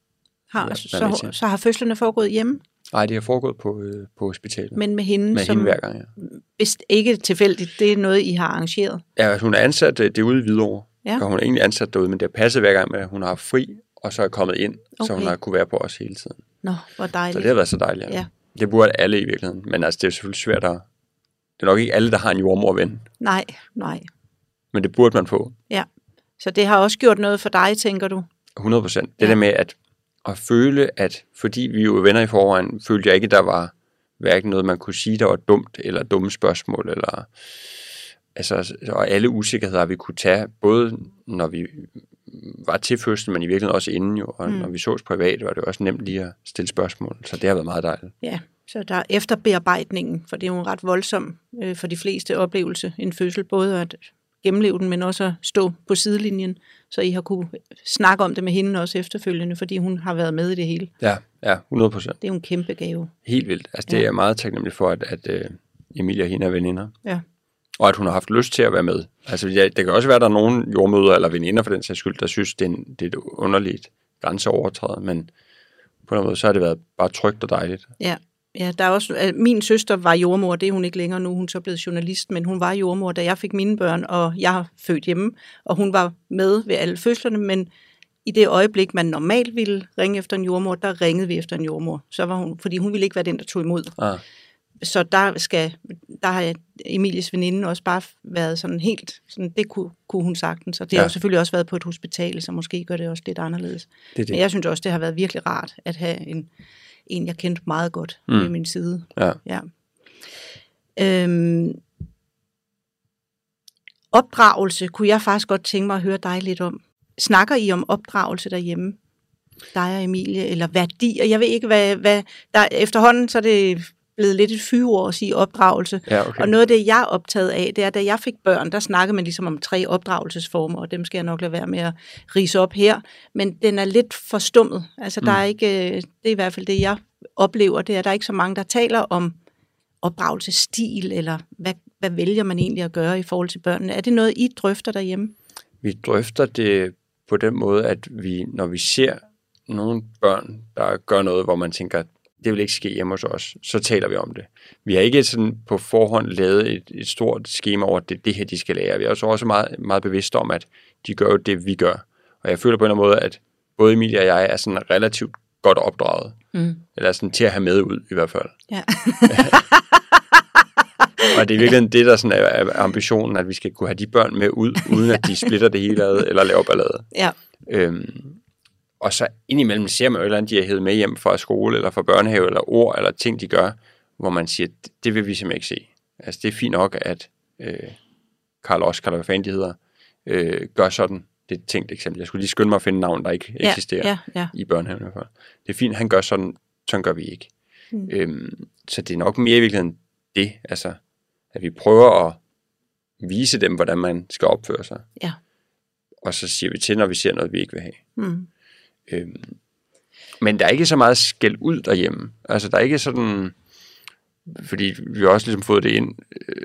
Så har fødslerne foregået hjemme? Nej, det har foregået på hospitalet. Men med hende, med hende hver gang, ja. Hvis ikke tilfældigt, det er noget, I har arrangeret? Ja, hun er ansat det ude i Hvidovre. Ja. Og hun er egentlig ansat derude, men det har passet hver gang med, at hun har fri, og så er kommet ind, så hun har kunne være på os hele tiden. Nå, hvor dejligt. Så det har været så dejligt, ja. Det burde alle i virkeligheden, men altså, det er selvfølgelig svært at... Det er nok ikke alle, der har en jordmorven. Nej. Men det burde man få. Ja, så det har også gjort noget for dig, tænker du? 100%. Det der med, at at føle, at fordi vi jo er venner i forvejen, følte jeg ikke, der var hverken noget, man kunne sige, der var dumt, eller dumme spørgsmål, eller altså, og alle usikkerheder, vi kunne tage, både når vi var til fødslen, men i virkeligheden også inden jo, og når vi sås privat, var det også nemt lige at stille spørgsmål, så det har været meget dejligt. Ja, så der er efterbearbejdningen, for det er jo en ret voldsom for de fleste oplevelse, en fødsel, både at gennemleve den, men også at stå på sidelinjen, så I har kunne snakke om det med hende også efterfølgende, fordi hun har været med i det hele. Ja, 100%. Det er jo en kæmpe gave. Helt vildt. Altså det er jeg meget taknemmelig for, at Emilie og hende er veninder. Ja. Og at hun har haft lyst til at være med. Altså det kan også være, at der er nogle jordmøder eller veninder for den sags skyld, der synes, det er et underligt grænseovertrædet, men på den måde, så har det været bare trygt og dejligt. Ja, der er også, min søster var jordmor, det er hun ikke længere nu, hun er så blevet journalist, men hun var jordmor, da jeg fik mine børn, og jeg har født hjemme, og hun var med ved alle fødslerne, men i det øjeblik, man normalt ville ringe efter en jordmor, der ringede vi efter en jordmor, så var hun, fordi hun ville ikke være den, der tog imod. Så der har Emilies veninde også bare været sådan helt, sådan, det kunne hun sagtens, og det har jo selvfølgelig også været på et hospital, så måske gør det også lidt anderledes. Det. Men jeg synes også, det har været virkelig rart at have en jeg kendte meget godt ved min side. Ja. Opdragelse kunne jeg faktisk godt tænke mig at høre dig lidt om. Snakker I om opdragelse derhjemme? Dig og Emilie, eller værdier? Jeg ved ikke, hvad der efterhånden, så er det blevet lidt et fyreord at sige opdragelse. Ja, okay. Og noget af det, jeg er optaget af, det er, da jeg fik børn, der snakkede man ligesom om 3 opdragelsesformer, og dem skal jeg nok lade være med at rise op her. Men den er lidt forstummet. Altså, der er ikke, det er i hvert fald det, jeg oplever, det er, der er ikke så mange, der taler om opdragelsesstil, eller hvad vælger man egentlig at gøre i forhold til børnene. Er det noget, I drøfter derhjemme? Vi drøfter det på den måde, at når vi ser nogle børn, der gør noget, hvor man tænker, det vil ikke ske hjemme hos os, så taler vi om det. Vi har ikke sådan på forhånd lavet et stort skema over, at det her, de skal lære. Vi er også meget, meget bevidste om, at de gør jo det, vi gør. Og jeg føler på en eller anden måde, at både Emilie og jeg er sådan relativt godt opdraget. Eller sådan til at have med ud, i hvert fald. Ja. Og det er virkelig det, der sådan er ambitionen, at vi skal kunne have de børn med ud, uden at de splitter det hele ad, eller laver ballade. Ja. Og så indimellem ser man jo et eller andet, de har hævet med hjem fra skole, eller fra børnehave, eller ord, eller ting, de gør, hvor man siger, det vil vi simpelthen ikke se. Altså, det er fint nok, at Karl Oskar, hvad fanden de hedder, gør sådan. Det er et tænkt eksempel. Jeg skulle lige skynde mig at finde navn, der ikke eksisterer i børnehaven. Det er fint, han gør sådan gør vi ikke. Så det er nok mere i virkeligheden det, altså, at vi prøver at vise dem, hvordan man skal opføre sig. Ja. Og så siger vi til, når vi ser noget, vi ikke vil have. Men der er ikke så meget skæld ud derhjemme. Altså, der er ikke sådan, fordi vi har også ligesom fået det ind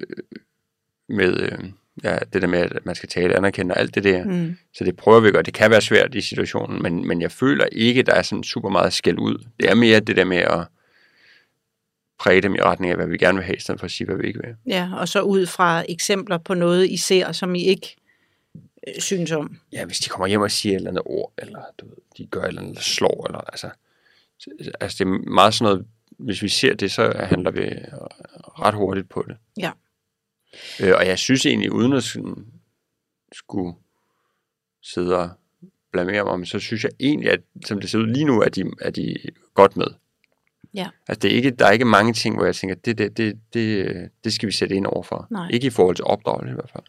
med det der med, at man skal tale, anerkende og alt det der. Så det prøver vi at gøre. Det kan være svært i situationen, men jeg føler ikke, der er sådan super meget skæld ud. Det er mere det der med at præge dem i retning af, hvad vi gerne vil have, i stedet for at sige, hvad vi ikke vil. Ja, og så ud fra eksempler på noget, I ser, som I ikke synes om. Ja, hvis de kommer hjem og siger et eller andet ord, eller du ved, de gør et eller andet, slår, eller altså det er meget sådan noget, hvis vi ser det, så handler vi ret hurtigt på det. Ja. Og jeg synes egentlig, uden at skulle sidde og blamere mig, så synes jeg egentlig, at som det ser ud lige nu, er de godt med. Ja. Altså der er ikke mange ting, hvor jeg tænker, det skal vi sætte ind overfor. Nej. Ikke i forhold til opdragelse i hvert fald.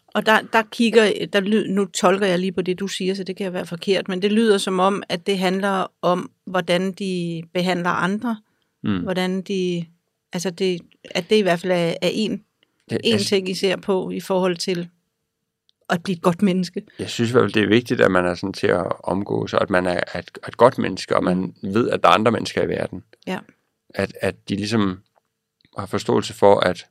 Og nu tolker jeg lige på det, du siger, så det kan være forkert, men det lyder som om, at det handler om, hvordan de behandler andre. Hvordan de, altså det, at det i hvert fald er en ting, I ser på i forhold til at blive et godt menneske. Jeg synes i hvert fald, det er vigtigt, at man er sådan til at omgås, og at man er et godt menneske, og man ved, at der er andre mennesker i verden. Ja. At de ligesom har forståelse for, at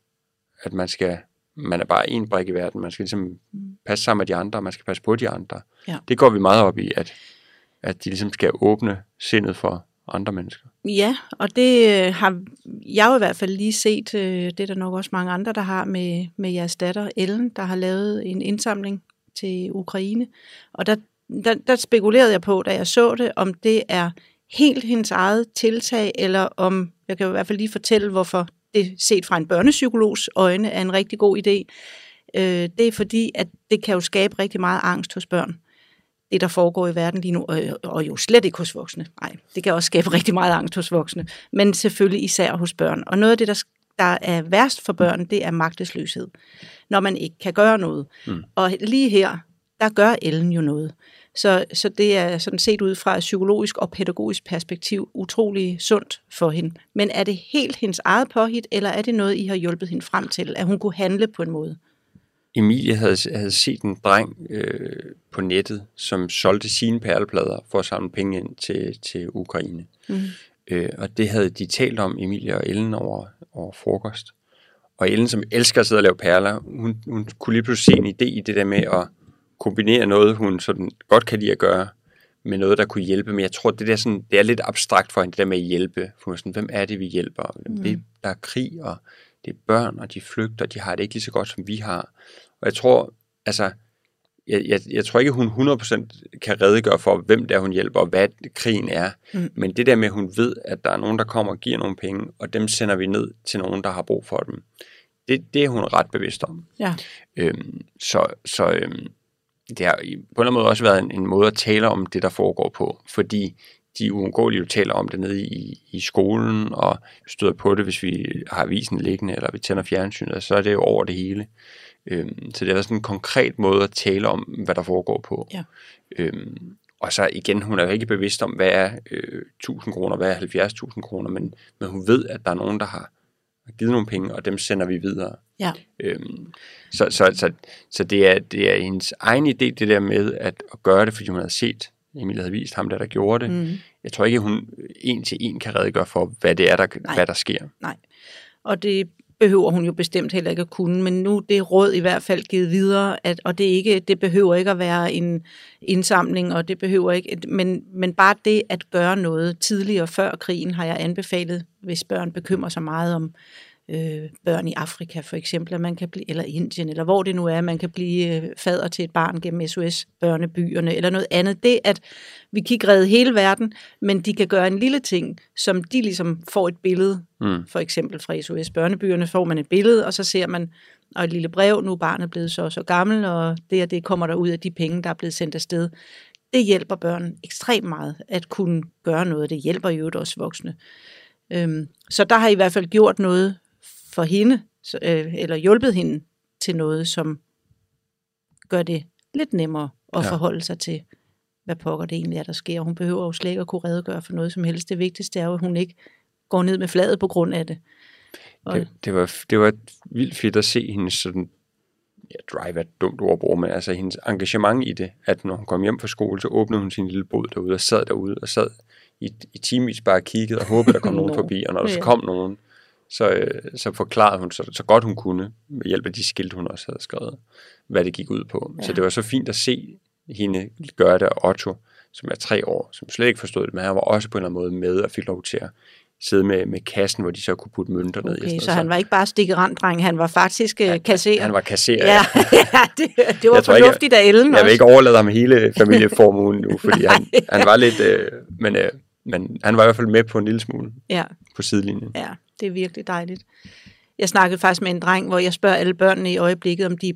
man er bare en brik i verden. Man skal ligesom passe sammen med de andre, og man skal passe på de andre. Ja. Det går vi meget op i, at de ligesom skal åbne sindet for andre mennesker. Ja, og det har jeg jo i hvert fald lige set, det er der nok også mange andre, der har med jeres datter Ellen, der har lavet en indsamling til Ukraine. Og der spekulerede jeg på, da jeg så det, om det er helt hendes eget tiltag, eller om, jeg kan i hvert fald lige fortælle, hvorfor det set fra en børnepsykologs øjne er en rigtig god idé. Det er fordi, at det kan jo skabe rigtig meget angst hos børn. det, der foregår i verden lige nu, og jo slet ikke hos voksne. Nej, det kan også skabe rigtig meget angst hos voksne, men selvfølgelig især hos børn. Og noget af det, der er værst for børn, det er magtesløshed, når man ikke kan gøre noget. Og lige her, der gør Ellen jo noget. Så det er sådan set ud fra et psykologisk og pædagogisk perspektiv utrolig sundt for hende. Men er det helt hendes eget påhit, eller er det noget, I har hjulpet hende frem til, at hun kunne handle på en måde? Emilie havde set en dreng på nettet, som solgte sine perleplader for at samle penge ind til Ukraine. Og det havde de talt om, Emilie og Ellen, over frokost. Og Ellen, som elsker at sidde og lave perler, hun kunne lige pludselig se en idé i det der med at kombinere noget, hun sådan godt kan lide at gøre, med noget, der kunne hjælpe. Men jeg tror, det er lidt abstrakt for hende, det der med at hjælpe. For sådan, hvem er det, vi hjælper? Der er krig, og det er børn, og de flygter, de har det ikke lige så godt, som vi har. Og jeg tror, altså, jeg tror ikke, hun 100% kan redegøre for, hvem der hun hjælper, og hvad krigen er. Men det der med, at hun ved, at der er nogen, der kommer og giver nogle penge, og dem sender vi ned til nogen, der har brug for dem. Det er hun ret bevidst om. Ja. Det har på en eller anden måde også været en måde at tale om det, der foregår på, fordi de uundgåeligt taler om det nede i skolen, og støder på det, hvis vi har avisen liggende, eller vi tænder fjernsynet, så er det jo over det hele. Så det er sådan en konkret måde at tale om, hvad der foregår på. Ja. Og så igen, hun er jo ikke bevidst om, hvad er 1.000 kroner, hvad er 70.000 kroner, men hun ved, at der er nogen, der har givet nogle penge, og dem sender vi videre. Ja. Så det er hendes egen idé, det der med at gøre det, fordi hun havde set, Emilie havde vist ham, der gjorde det. Jeg tror ikke, hun en til en kan redegøre for, hvad det er, hvad der sker. Nej, og det behøver hun jo bestemt heller ikke at kunne, men nu det er råd i hvert fald givet videre, og det behøver ikke at være en indsamling, og det behøver ikke, men bare det at gøre noget tidligere før krigen, har jeg anbefalet, hvis børn bekymrer sig meget om børn i Afrika for eksempel, at man kan blive, eller Indien, eller hvor det nu er, man kan blive fader til et barn gennem SOS-børnebyerne, eller noget andet. Det, at vi kan ikke redde hele verden, men de kan gøre en lille ting, som de ligesom får et billede, for eksempel fra SOS-børnebyerne får man et billede, og så ser man, og et lille brev, nu er barnet blevet så gammel, og det kommer der ud af de penge, der er blevet sendt afsted. Det hjælper børn ekstremt meget, at kunne gøre noget. Det hjælper jo også voksne. Så der har I hvert fald gjort noget for hende, eller hjulpet hende til noget, som gør det lidt nemmere at forholde sig til, hvad pokker det egentlig er, der sker. Hun behøver jo slet ikke at kunne redegøre for noget som helst. Det vigtigste er jo, at hun ikke går ned med fladet på grund af det. Det var vildt fedt at se hendes sådan, drive er et dumt ordbrug, men altså hendes engagement i det, at når hun kom hjem fra skole, så åbnede hun sin lille bod derude, og sad i timevis bare kiggede og håbede, der kom nogen forbi, og når der så kom nogen, så forklarede hun så godt hun kunne, med hjælp af de skilt, hun også havde skrevet, hvad det gik ud på. Ja. Så det var så fint at se hende gøre det, og Otto, som er 3 år, som slet ikke forstod det, men han var også på en eller anden måde med og fik lov til at sidde med kassen, hvor de så kunne putte mønter ned. Okay, så han var ikke bare stikkeranddreng, han var faktisk kasserer. Han var kasserer, ja. Det var fornuftigt af Ellen også. Jeg vil ikke overlade ham hele familieformuen nu, fordi han var lidt, men han var i hvert fald med på en lille smule på sidelinjen. Ja, det er virkelig dejligt. Jeg snakkede faktisk med en dreng, hvor jeg spørger alle børnene i øjeblikket, om de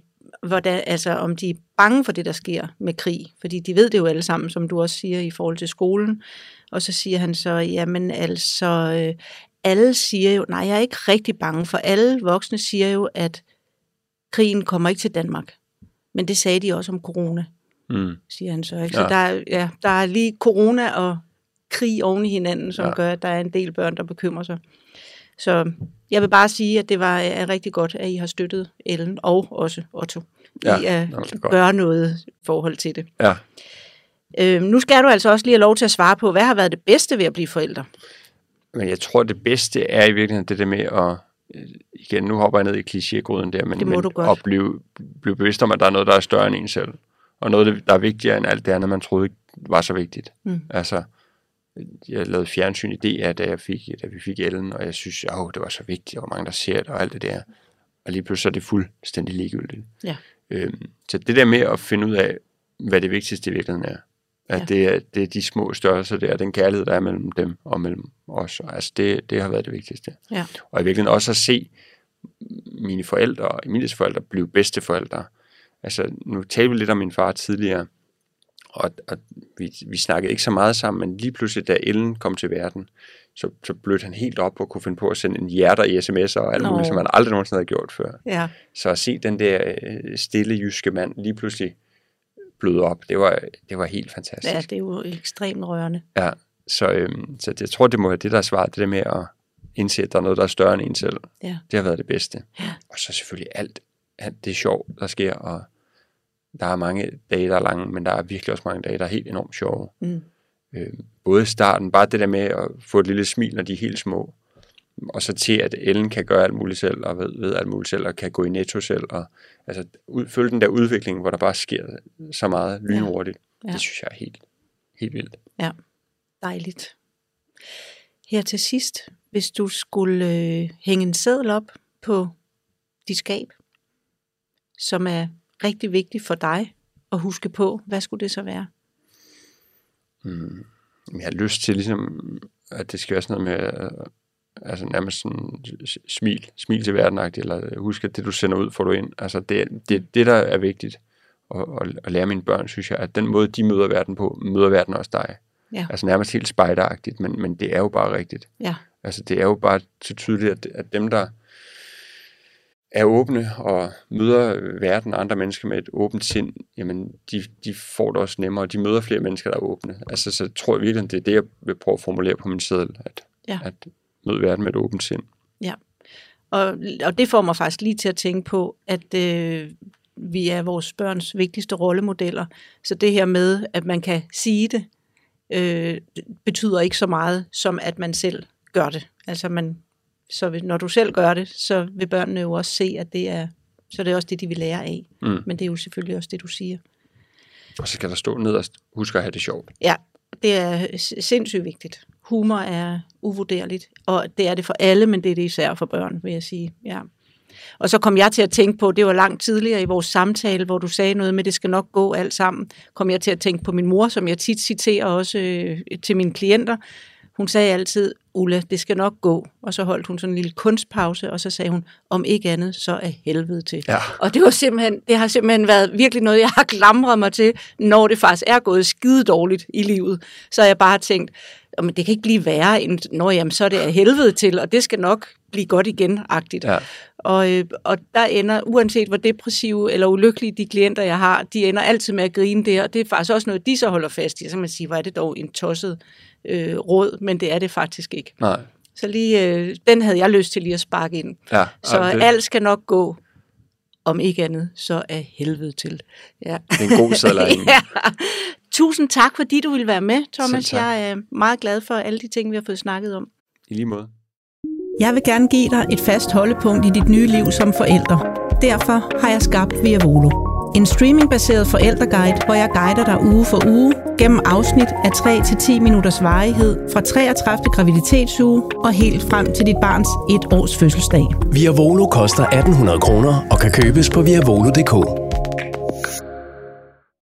er bange for det, der sker med krig. Fordi de ved det jo alle sammen, som du også siger, i forhold til skolen. Og så siger han så, jamen altså, alle siger jo, nej, jeg er ikke rigtig bange, for alle voksne siger jo, at krigen kommer ikke til Danmark. Men det sagde de også om corona, siger han så. Ikke? Så der er lige corona og krig oven i hinanden, som gør, at der er en del børn, der bekymrer sig. Så jeg vil bare sige, at det er rigtig godt, at I har støttet Ellen og også Otto i at gøre noget i forhold til det. Ja. Nu skal du altså også lige have lov til at svare på, hvad har været det bedste ved at blive forældre? Men jeg tror, det bedste er i virkeligheden det der med at, igen, nu hopper jeg ned i klichégryden der, men at blive bevidst om, at der er noget, der er større end en selv. Og noget, der er vigtigere end alt det andet, man troede ikke var så vigtigt. Altså, jeg lavede fjernsyn i DR, da vi fik Ellen, og jeg synes, det var så vigtigt, og mange der ser det, og alt det der. Og lige pludselig er det fuldstændig ligegyldigt. Ja. Så det der med at finde ud af, hvad det vigtigste i virkeligheden er, at det er de små størrelser, det er den kærlighed, der er mellem dem og mellem os. Altså det har været det vigtigste. Ja. Og i virkeligheden også at se mine forældre og Emilies forældre blive bedsteforældre. Altså nu talte vi lidt om min far tidligere, Og vi snakkede ikke så meget sammen, men lige pludselig, da Ellen kom til verden, så blødte han helt op og kunne finde på at sende en hjerter i sms'er og alt muligt, som han aldrig nogensinde havde gjort før. Ja. Så at se den der stille jyske mand lige pludselig bløde op, det var helt fantastisk. Ja, det er jo ekstremt rørende. Ja, så jeg tror, det må være det, der er svaret, det der med at indse, at der er noget, der er større end en selv. Ja. Det har været det bedste. Ja. Og så selvfølgelig alt det sjov, der sker, og der er mange dage, der er lange, men der er virkelig også mange dage, der er helt enormt sjove. Både i starten, bare det der med at få et lille smil, når de er helt små, og så til, at Ellen kan gøre alt muligt selv, og ved alt muligt selv, og kan gå i Netto selv, og altså følge den der udvikling, hvor der bare sker så meget lynhurtigt. Ja. Det synes jeg er helt vildt. Ja, dejligt. Her til sidst, hvis du skulle hænge en seddel op på dit skab, som er rigtig vigtigt for dig at huske på, hvad skulle det så være? Jeg har lyst til ligesom, at det skal være sådan noget med, altså nærmest sådan smil til verden-agtigt, eller husk, at det du sender ud, får du ind. Altså det der er vigtigt at lære mine børn, synes jeg, at den måde, de møder verden på, møder verden også dig. Ja. Altså nærmest helt spejderagtigt, men det er jo bare rigtigt. Ja. Altså det er jo bare så tydeligt, at dem, der er åbne og møder verden og andre mennesker med et åbent sind, jamen de får det også nemmere, og de møder flere mennesker, der er åbne. Altså så tror jeg virkelig, det er det, jeg vil prøve at formulere på min seddel, at møde verden med et åbent sind. Ja, og det får mig faktisk lige til at tænke på, at vi er vores børns vigtigste rollemodeller. Så det her med, at man kan sige det, betyder ikke så meget, som at man selv gør det. Altså så når du selv gør det, så vil børnene jo også se, at det er også det, de vil lære af. Men det er jo selvfølgelig også det, du siger. Og så skal der stå nederst, husk at have det sjovt. Ja, det er sindssygt vigtigt. Humor er uvurderligt, og det er det for alle, men det er det især for børn, vil jeg sige. Ja. Og så kom jeg til at tænke på, det var langt tidligere i vores samtale, hvor du sagde noget med, det skal nok gå alt sammen, kom jeg til at tænke på min mor, som jeg tit citerer også til mine klienter. Hun sagde altid, Ulla, det skal nok gå. Og så holdt hun sådan en lille kunstpause, og så sagde hun, om ikke andet, så er helvede til. Ja. Og det har simpelthen været virkelig noget, jeg har klamret mig til, når det faktisk er gået skide dårligt i livet. Så har jeg bare tænkt, men det kan ikke blive værre, end jamen, så er det af helvede til, og det skal nok blive godt igen-agtigt. Ja. Og der ender, uanset hvor depressive eller ulykkelige de klienter, jeg har, de ender altid med at grine der, og det er faktisk også noget, de så holder fast i. Så kan man sige, hvor er det dog en tosset råd, men det er det faktisk ikke. Nej. Så lige, den havde jeg lyst til lige at sparke ind. Ja, så alt skal nok gå, om ikke andet, så er helvede til. Ja. Det er en god sædler. Ja. Tusind tak, fordi du ville være med, Thomas. Jeg er meget glad for alle de ting, vi har fået snakket om. I lige måde. Jeg vil gerne give dig et fast holdepunkt i dit nye liv som forælder. Derfor har jeg skabt Viavolo. En streamingbaseret forældreguide, hvor jeg guider dig uge for uge gennem afsnit af 3-10 minutters varighed fra 33. graviditetsuge og helt frem til dit barns 1 års fødselsdag. Viavolo koster 1.800 kroner og kan købes på viavolo.dk.